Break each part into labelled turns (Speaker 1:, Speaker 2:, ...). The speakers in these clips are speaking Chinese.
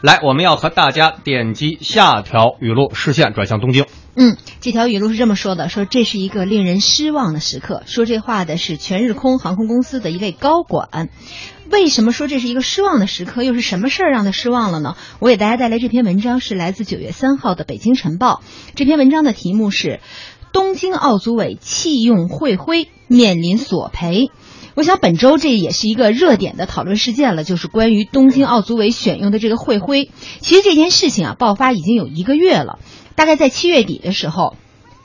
Speaker 1: 来，我们要和大家点击下条语录，视线转向东京。
Speaker 2: 这条语录是这么说的，说这是一个令人失望的时刻。说这话的是全日空航空公司的一位高管。为什么说这是一个失望的时刻？又是什么事儿让他失望了呢？我给大家带来这篇文章，是来自9月3号的《北京晨报》。这篇文章的题目是东京奥组委弃用会徽面临索赔。我想本周这也是一个热点的讨论事件了，就是关于东京奥组委选用的这个会徽。其实这件事情爆发已经有1个月了，大概在7月底的时候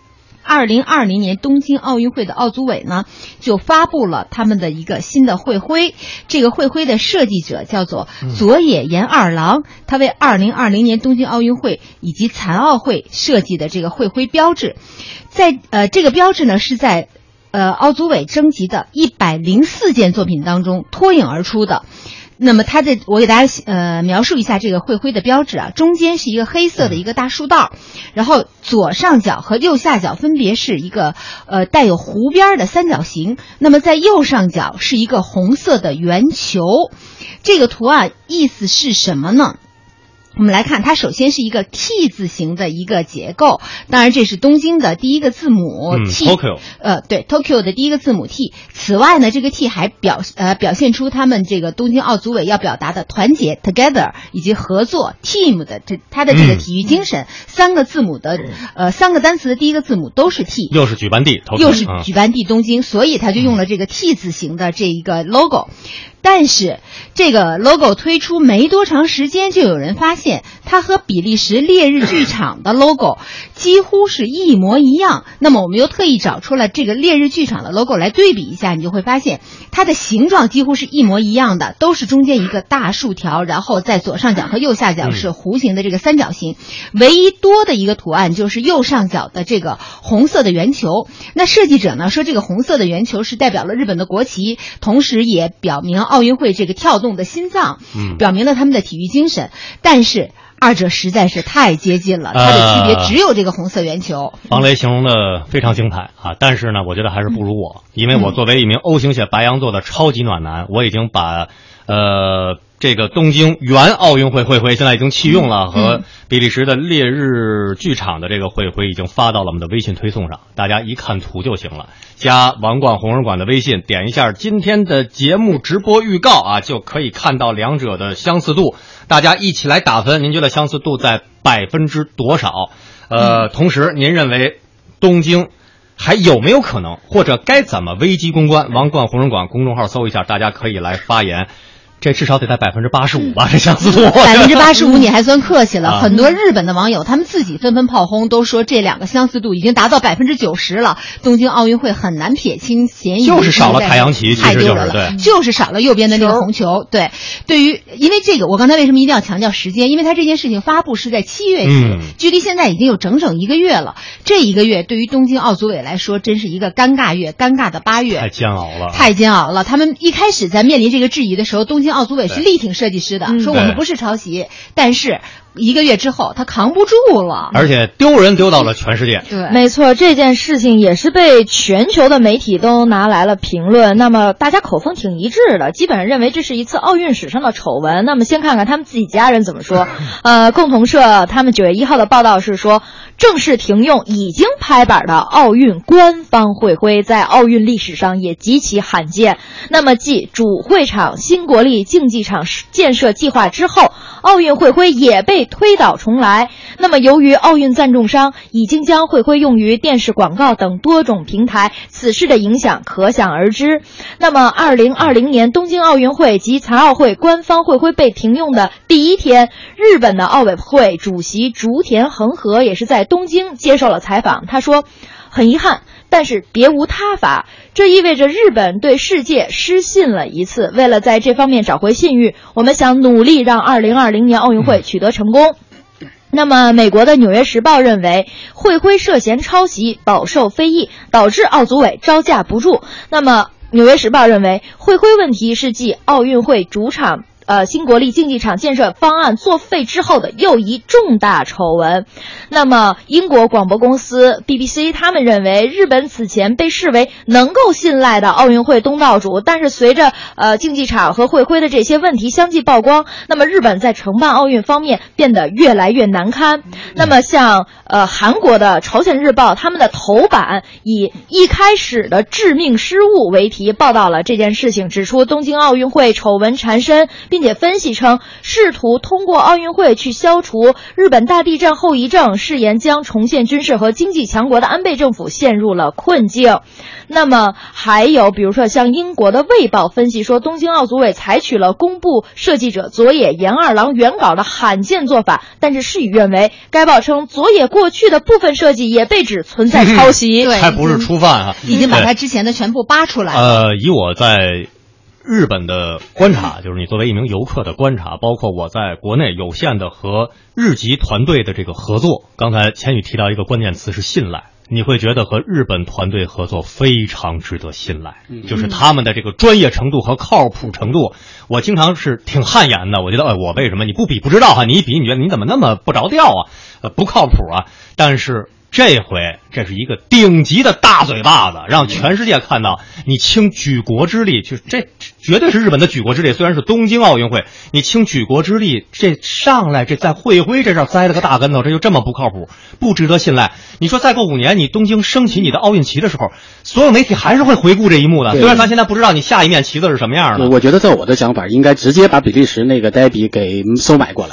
Speaker 2: ，2020年东京奥运会的奥组委呢就发布了他们的一个新的会徽。这个会徽的设计者叫做佐野研二郎，他为2020年东京奥运会以及残奥会设计的这个会徽标志。在这个标志呢是在奥组委征集的104件作品当中脱颖而出的。那么我给大家描述一下这个会徽的标志啊，中间是一个黑色的一个大竖道，然后左上角和右下角分别是一个带有弧边的三角形，那么在右上角是一个红色的圆球。这个图案意思是什么呢？我们来看，它首先是一个 T 字形的一个结构，当然这是东京的第一个字母 T，
Speaker 1: Tokyo，
Speaker 2: 对 Tokyo 的第一个字母 T。此外呢，这个 T 还表现出他们这个东京奥组委要表达的团结 together 以及合作 team 的它的这个体育精神。3个字母的3个单词的第一个字母都是 T，
Speaker 1: 又是举办地 Tokyo，
Speaker 2: 又是举办地东京，所以他就用了这个 T 字形的这一个 logo。但是这个 logo 推出没多长时间，就有人发现它和比利时烈日剧场的 logo 几乎是一模一样。那么我们又特意找出了这个烈日剧场的 logo 来对比一下，你就会发现它的形状几乎是一模一样的，都是中间一个大竖条，然后在左上角和右下角是弧形的这个三角形。唯一多的一个图案就是右上角的这个红色的圆球。那设计者呢说，这个红色的圆球是代表了日本的国旗，同时也表明奥运会这个跳动的心脏，表明了他们的体育精神。但是二者实在是太接近了，它的区别只有这个红色圆球。
Speaker 1: 王雷形容的非常精彩啊，但是呢，我觉得还是不如我，因为我作为一名 O 型血白羊座的超级暖男，我已经把这个东京原奥运会会徽现在已经弃用了，和比利时的烈日剧场的这个会徽已经发到了我们的微信推送上，大家一看图就行了。加王冠红人馆的微信，点一下今天的节目直播预告啊，就可以看到两者的相似度。大家一起来打分，您觉得相似度在多少？同时您认为东京还有没有可能，或者该怎么危机公关？王冠红人馆公众号搜一下，大家可以来发言。这至少得在85%吧，这相似度。
Speaker 2: 85%你还算客气了。很多日本的网友他们自己纷纷炮轰，都说这两个相似度已经达到90%了。东京奥运会很难撇清嫌疑，
Speaker 1: 就是少了太阳旗，
Speaker 2: 太丢人了，就是少了右边的那个红球。对，因为这个，我刚才为什么一定要强调时间？因为它这件事情发布是在7月底，距离现在已经有整整1个月了。这1个月对于东京奥组委来说，真是一个尴尬月，尴尬的8月，
Speaker 1: 太煎熬了，
Speaker 2: 太煎熬了。他们一开始在面临这个质疑的时候，东京奥组委是力挺设计师的，说我们不是抄袭，但是1个月之后他扛不住了，
Speaker 1: 而且丢人丢到了全世界。
Speaker 3: 对，没错，这件事情也是被全球的媒体都拿来了评论。那么大家口风挺一致的，基本上认为这是一次奥运史上的丑闻。那么先看看他们自己家人怎么说。共同社他们9月1号的报道是说，正式停用已经拍板的奥运官方会徽，在奥运历史上也极其罕见。那么继主会场新国立竞技场建设计划之后，奥运会徽也被推倒重来。那么由于奥运赞助商已经将会徽用于电视广告等多种平台，此事的影响可想而知。那么2020年东京奥运会及残奥会官方会徽被停用的第一天，日本的奥委会主席竹田恒和也是在东京接受了采访。他说，很遗憾，但是别无他法，这意味着日本对世界失信了一次。为了在这方面找回信誉，我们想努力让2020年奥运会取得成功。那么美国的《纽约时报》认为，会徽涉嫌抄袭，饱受非议，导致奥组委招架不住。那么《纽约时报》认为，会徽问题是继奥运会主场新国立竞技场建设方案作废之后的又一重大丑闻。那么英国广播公司 BBC 他们认为，日本此前被视为能够信赖的奥运会东道主，但是随着竞技场和会徽的这些问题相继曝光，那么日本在承办奥运方面变得越来越难堪。那么像韩国的朝鲜日报，他们的头版以一开始的致命失误为题报道了这件事情，指出东京奥运会丑闻缠身，并且分析称，试图通过奥运会去消除日本大地震后遗症，誓言将重现军事和经济强国的安倍政府陷入了困境。那么还有比如说像英国的卫报分析说，东京奥组委采取了公布设计者佐野研二郎原稿的罕见做法，但是事与愿违。该报称佐野过去的部分设计也被指存在抄袭，
Speaker 2: 对，
Speaker 1: 还不是初犯啊，
Speaker 2: 已经把他之前的全部扒出来了。
Speaker 1: 以我在日本的观察，就是你作为一名游客的观察，包括我在国内有限的和日籍团队的这个合作，刚才千羽提到一个关键词是信赖，你会觉得和日本团队合作非常值得信赖，就是他们的这个专业程度和靠谱程度，我经常是挺汗颜的。我觉得，我为什么你不比不知道啊？你一比，你觉得你怎么那么不着调啊？不靠谱啊？但是这回这是一个顶级的大嘴巴子，让全世界看到你倾举国之力，就这绝对是日本的举国之力。虽然是东京奥运会，你倾举国之力，这上来这在会徽这上栽了个大跟头，这就这么不靠谱，不值得信赖。你说再过5年，你东京升起你的奥运旗的时候，所有媒体还是会回顾这一幕的。虽然咱现在不知道你下一面旗子是什么样的。
Speaker 4: 我觉得在我的想法，应该直接把比利时那个代比给收买过来。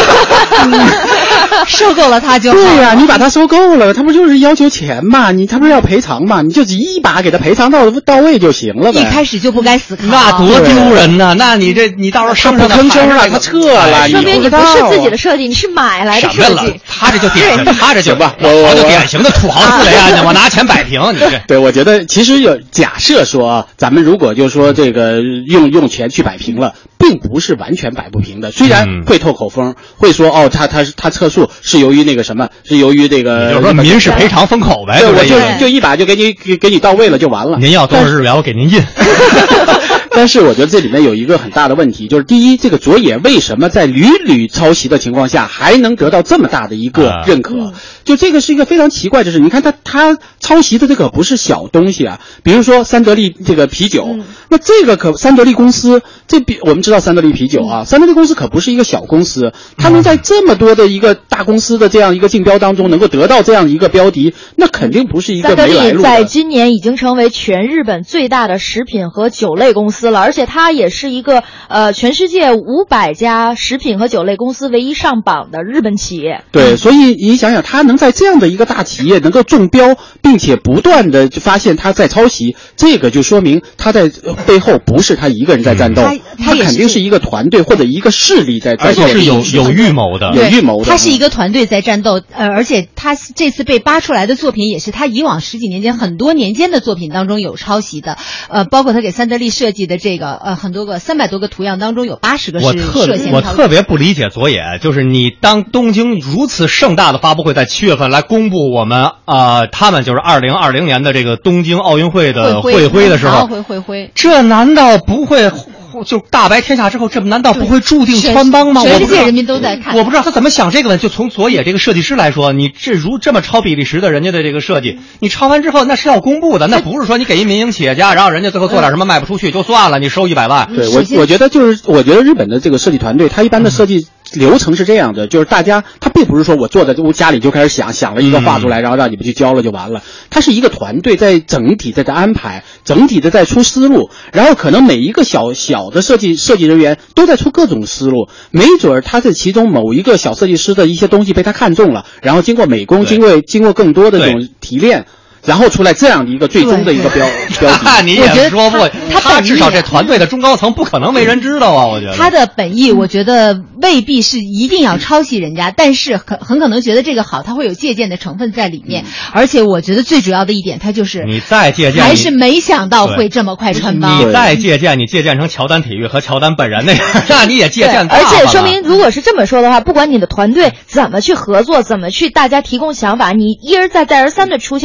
Speaker 2: 收购了他就好。
Speaker 4: 对呀，你把他收购了，他不就是要求钱嘛？他不是要赔偿嘛？你就一把给他赔偿到位就行了呗。
Speaker 2: 一开始就不该死扛，
Speaker 1: 那多丢人呐！那你到时候
Speaker 4: 他不吭声了，他撤了，
Speaker 3: 说明你不是自己的设计，你是买来的设计。
Speaker 1: 他这就典型，他这就吧，我就典型的土豪思维啊！我拿钱摆平你这。
Speaker 4: 对，我觉得其实假设说，咱们如果就说这个用钱去摆平了，并不是完全摆不平的。虽然会透口风，会说他测速是由于那个什么，是由于这个，
Speaker 1: 就是说民事赔偿封口呗。
Speaker 4: 对，我就一把就给你到位了就完了。
Speaker 1: 您要多少日元，我给您印。
Speaker 4: 但是我觉得这里面有一个很大的问题，就是第一，这个佐野为什么在屡屡抄袭的情况下还能得到这么大的一个认可？就这个是一个非常奇怪的事。你看他抄袭的这个不是小东西啊，比如说三得利这个啤酒，那这个三得利公司，我们知道三得利啤酒啊，三得利公司可不是一个小公司，他能在这么多的一个大公司的这样一个竞标当中能够得到这样一个标的，那肯定不是一个没来路的。
Speaker 3: 三得利在今年已经成为全日本最大的食品和酒类公司了，而且它也是一个全世界500家食品和酒类公司唯一上榜的日本企业。
Speaker 4: 对，所以你想想，他能在这样的一个大企业能够中标，并且不断的发现他在抄袭，这个就说明他在背后不是他一个人在战斗，他肯定是一个团队或者一个势力在战斗，
Speaker 1: 而且是有预谋的，
Speaker 4: 有预谋的。
Speaker 2: 他是一个团队在战斗，而且他这次被扒出来的作品也是他以往10几年间很多年间的作品当中有抄袭的，包括他给三得利设计的这个很多个300多个图样当中有80个是涉嫌抄袭。
Speaker 1: 我特别不理解佐野，就是你当东京如此盛大的发布会在7月份来公布我们他们就是2020年的这个东京奥运会的会徽的时候，
Speaker 2: 会徽，
Speaker 1: 这难道不会就大白天下之后，这难道不会注定穿帮吗？
Speaker 2: 全世界人民都在看。
Speaker 1: 我不知道他怎么想这个问题。就从佐野这个设计师来说，你这么抄比利时的人家的这个设计，你抄完之后那是要公布的，那不是说你给一民营企业家，然后人家最后做点什么卖不出去就算了，你收100万。
Speaker 4: 对，我觉得日本的这个设计团队，他一般的设计流程是这样的，就是大家他并不是说我坐在家里就开始想了一个画出来，然后让你们去交了就完了。他是一个团队在整体在安排，整体的在出思路，然后可能每一个小的设计人员都在出各种思路，没准他是其中某一个小设计师的一些东西被他看中了，然后经过美工，经过更多的这种提炼。然后出来这样的一个最终的一个标题，
Speaker 1: 你也说不，他至少这团队的中高层不可能没人知道啊！我觉得
Speaker 2: 他的本意，我觉得未必是一定要抄袭人家，但是很可能觉得这个好，他会有借鉴的成分在里面。而且我觉得最主要的一点，他就是
Speaker 1: 你再借鉴，
Speaker 2: 还是没想到会这么快穿帮。
Speaker 1: 你再借鉴，你借鉴成乔丹体育和乔丹本人那样，那你也借鉴大了。
Speaker 3: 而且说明，如果是这么说的话，不管你的团队怎么去合作，怎么去大家提供想法，你一而再再而三的出现了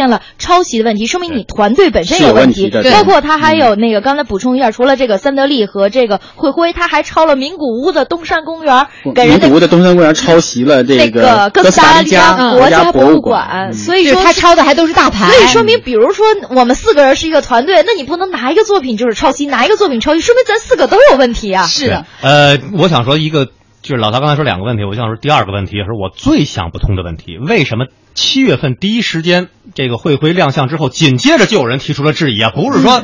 Speaker 3: 抄袭的问题，说明你团队本身有问题。包括他还有那个刚才补充一下，除了这个三得利和这个慧辉，他还抄了名古屋的东山公园，给人
Speaker 4: 名古屋的东山公园抄袭了这个哥斯达黎加
Speaker 3: 国家博物
Speaker 4: 馆，
Speaker 3: 所以说
Speaker 2: 他抄的还都是大牌。
Speaker 3: 所以说明，比如说我们4个人是一个团队，那你不能拿一个作品就是抄袭，拿一个作品抄袭，说明咱4个都有问题啊。
Speaker 2: 是的。
Speaker 1: 我想说一个，就是老陶刚才说2个问题，我想说第2个问题是我最想不通的问题，为什么7月份第一时间这个慧辉亮相之后，紧接着就有人提出了质疑啊？不是说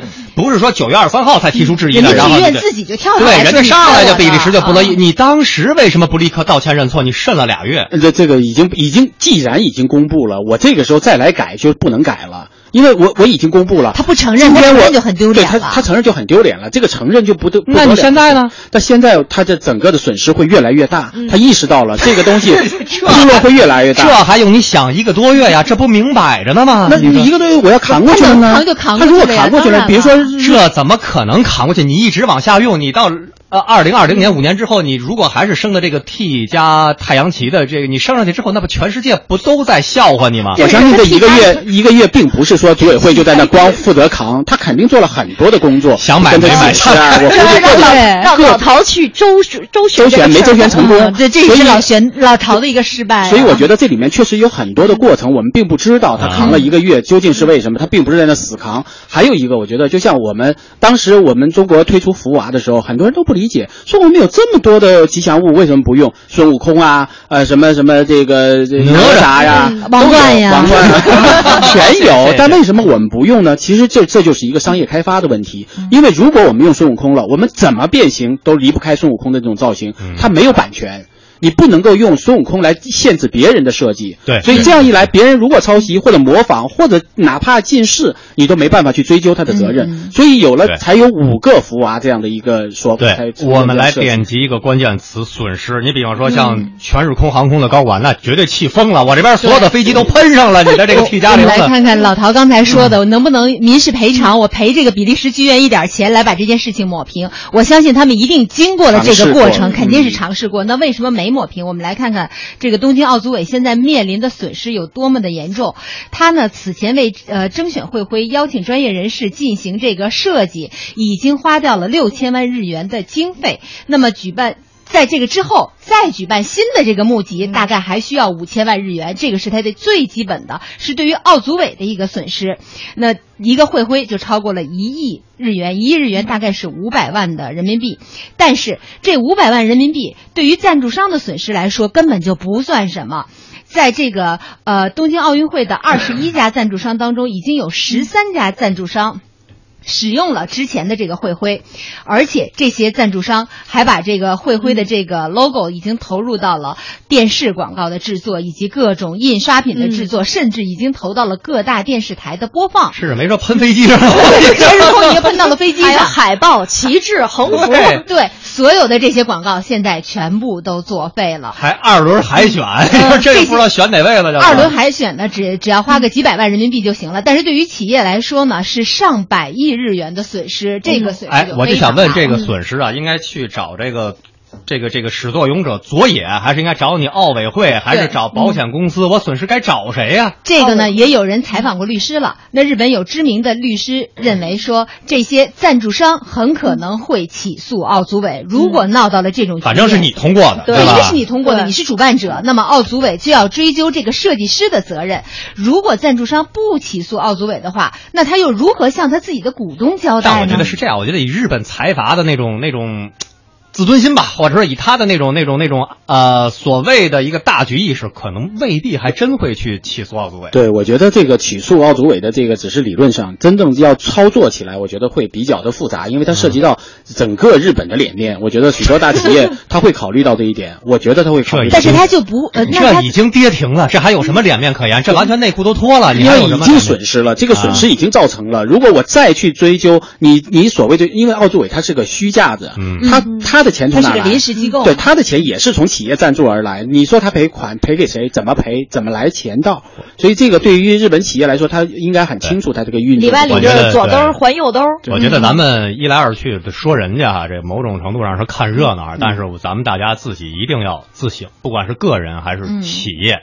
Speaker 1: 9月23号才提出质疑的，然后
Speaker 2: 自己就跳出
Speaker 1: 来，
Speaker 2: 对，
Speaker 1: 人家上来就比利时就不乐意。你当时为什么不立刻道歉认错？你审了2月，
Speaker 4: 这个已经既然已经公布了，我这个时候再来改就不能改了。因为我已经公布了，
Speaker 2: 他不承认，他承认就很丢脸了。
Speaker 4: 对他承认就很丢脸了，这个承认就不
Speaker 1: 那你现在呢？
Speaker 4: 但现在他的整个的损失会越来越大，他意识到了这个东西出落会越来越大。
Speaker 1: 这还用你想1个多月呀？这不明摆着呢吗？
Speaker 4: 那1个多月我要扛过去了呢？他如果扛过去了，比如说
Speaker 1: 这怎么可能扛过去？你一直往下用，你到2020年5年之后，你如果还是升了这个 T 加太阳旗的这个，你升上去之后，那不全世界不都在笑话你吗？
Speaker 4: 我相信这一个月并不是说组委会就在那光负责扛，他肯定做了很多的工作，
Speaker 1: 想买没买上。
Speaker 4: 我估计
Speaker 3: 让老陶去周旋
Speaker 4: 没周旋成功，
Speaker 2: 这也是老陶的一个失败。
Speaker 4: 所以我觉得这里面确实有很多的过程，我们并不知道他扛了1个月究竟是为什么，他并不是在那死扛。还有一个，我觉得就像当时我们中国推出福娃的时候，很多人都不理解，说我们有这么多的吉祥物，为什么不用孙悟空啊？什么这个哪吒呀、
Speaker 2: 王冠呀、
Speaker 4: 全有，但为什么我们不用呢？其实这就是一个商业开发的问题。因为如果我们用孙悟空了，我们怎么变形都离不开孙悟空的这种造型，它没有版权。你不能够用孙悟空来限制别人的设计，
Speaker 1: 对，
Speaker 4: 所以这样一来，别人如果抄袭或者模仿，或者哪怕近似，你都没办法去追究他的责任。所以才有5个福娃这样的一个说法。
Speaker 1: 对，我们来点击一个关键词：损失。你比方说像全日空航空的高管，那绝对气疯了。我这边所有的飞机都喷上了，你的这个 T 加0。
Speaker 2: 我们来看看老陶刚才说的，能不能民事赔偿？我赔这个比利时剧院一点钱来把这件事情抹平。我相信他们一定经过了这个过程，肯定是尝试过。那为什么没抹平？我们来看看这个东京奥组委现在面临的损失有多么的严重。他呢此前为征选慧辉邀请专业人士进行这个设计，已经花掉了6000万日元的经费。那么在这个之后再举办新的这个募集，大概还需要5000万日元，这个是它的最基本的，是对于奥组委的一个损失。那一个慧辉就超过了1亿日元，1亿日元大概是500万的人民币。但是这500万人民币对于赞助商的损失来说根本就不算什么。在这个东京奥运会的21家赞助商当中，已经有13家赞助商使用了之前的这个慧辉，而且这些赞助商还把这个慧辉的这个 logo 已经投入到了电视广告的制作以及各种印刷品的制作，甚至已经投到了各大电视台的播放。
Speaker 1: 是没说喷飞机上，
Speaker 2: 全日空已经喷到了飞机上，
Speaker 3: 还有海报、旗帜、横幅，
Speaker 2: 对，所有的这些广告现在全部都作废了。
Speaker 1: 还2轮海选，这不知道选哪位了。
Speaker 2: 2轮海选呢，只要花个几百万人民币就行了，但是对于企业来说呢，是上百亿日元的损失，这个损失
Speaker 1: 我就想问，这个损失啊，应该去找这个始作俑者佐野，还是应该找你奥委会，还是找保险公司？我损失该找谁呀？
Speaker 2: 这个呢，也有人采访过律师了。那日本有知名的律师认为说，这些赞助商很可能会起诉奥组委。如果闹到了这种局面，
Speaker 1: 反正是你通过的，
Speaker 2: 对，因为是你通过的，你是主办者，那么奥组委就要追究这个设计师的责任。如果赞助商不起诉奥组委的话，那他又如何向他自己的股东交代呢？
Speaker 1: 但我觉得是这样，我觉得以日本财阀的那种自尊心吧，或者说以他的那种所谓的一个大局意识，可能未必还真会去起诉奥组委。
Speaker 4: 对，我觉得这个起诉奥组委的这个只是理论上，真正要操作起来，我觉得会比较的复杂，因为它涉及到整个日本的脸面。我觉得许多大企业他会考虑到这一点，我觉得他会考虑到。
Speaker 2: 但是他就不
Speaker 1: 这已经跌停了，这还有什么脸面可言？这完全内裤都脱了，你还有什么？
Speaker 4: 因为已经损失了，这个损失已经造成了。如果我再去追究你所谓的，因为奥组委它是个虚架子，他的钱从哪来？
Speaker 2: 它是个临时机构，
Speaker 4: 对，他的钱也是从企业赞助而来。你说他赔款赔给谁？怎么赔？怎么来钱到？所以这个对于日本企业来说，他应该很清楚他这个运作。
Speaker 3: 里外里就是左兜还右兜。
Speaker 1: 我觉得咱们一来二去的说人家哈，这某种程度上是看热闹，但是咱们大家自己一定要自省，不管是个人还是企业。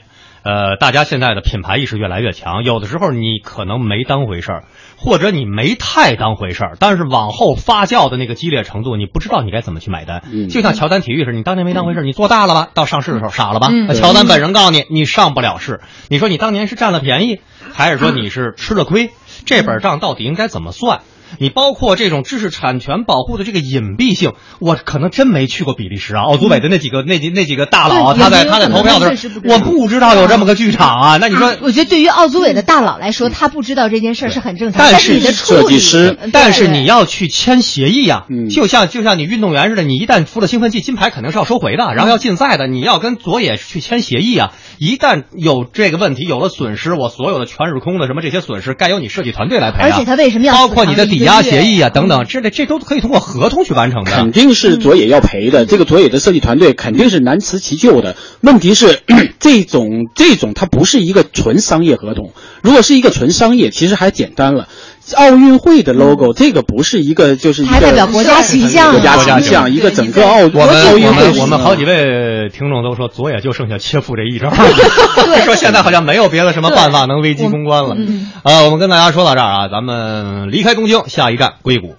Speaker 1: 大家现在的品牌意识越来越强，有的时候你可能没当回事儿，或者你没太当回事儿，但是往后发酵的那个激烈程度，你不知道你该怎么去买单。就像乔丹体育似的，你当年没当回事儿，你做大了吧？到上市的时候傻了吧？乔丹本人告诉你，你上不了市。你说你当年是占了便宜，还是说你是吃了亏？这本账到底应该怎么算？你包括这种知识产权保护的这个隐蔽性，我可能真没去过比利时啊，奥组委的那几个大佬啊，他在投票的时候，我不知道有这么个剧场啊。那你说，
Speaker 2: 我觉得对于奥组委的大佬来说，他不知道这件事是很正常。
Speaker 1: 但是
Speaker 2: 你的
Speaker 4: 设计师，
Speaker 1: 但是你要去签协议啊，就像你运动员似的，你一旦服了兴奋剂，金牌肯定是要收回的，然后要禁赛的，你要跟佐野去签协议啊。一旦有这个问题，有了损失，我所有的全日空的什么这些损失，该由你设计团队来赔啊。
Speaker 2: 而且他为什么要
Speaker 1: 包括你的抵押协议啊等等，这都可以通过合同去完成的。
Speaker 4: 肯定是佐野要赔的，这个佐野的设计团队肯定是难辞其咎的。问题是这种它不是一个纯商业合同，如果是一个纯商业，其实还简单了。奥运会的 logo 这个不是一个就是一个
Speaker 2: 还代表国家形象，
Speaker 4: 国家形象一个整个奥运会。
Speaker 1: 我们好几位听众都说佐野就剩下切腹这一招，说现在好像没有别的什么办法能危机公关了。我们跟大家说到这儿啊，咱们离开东京，下一站硅谷。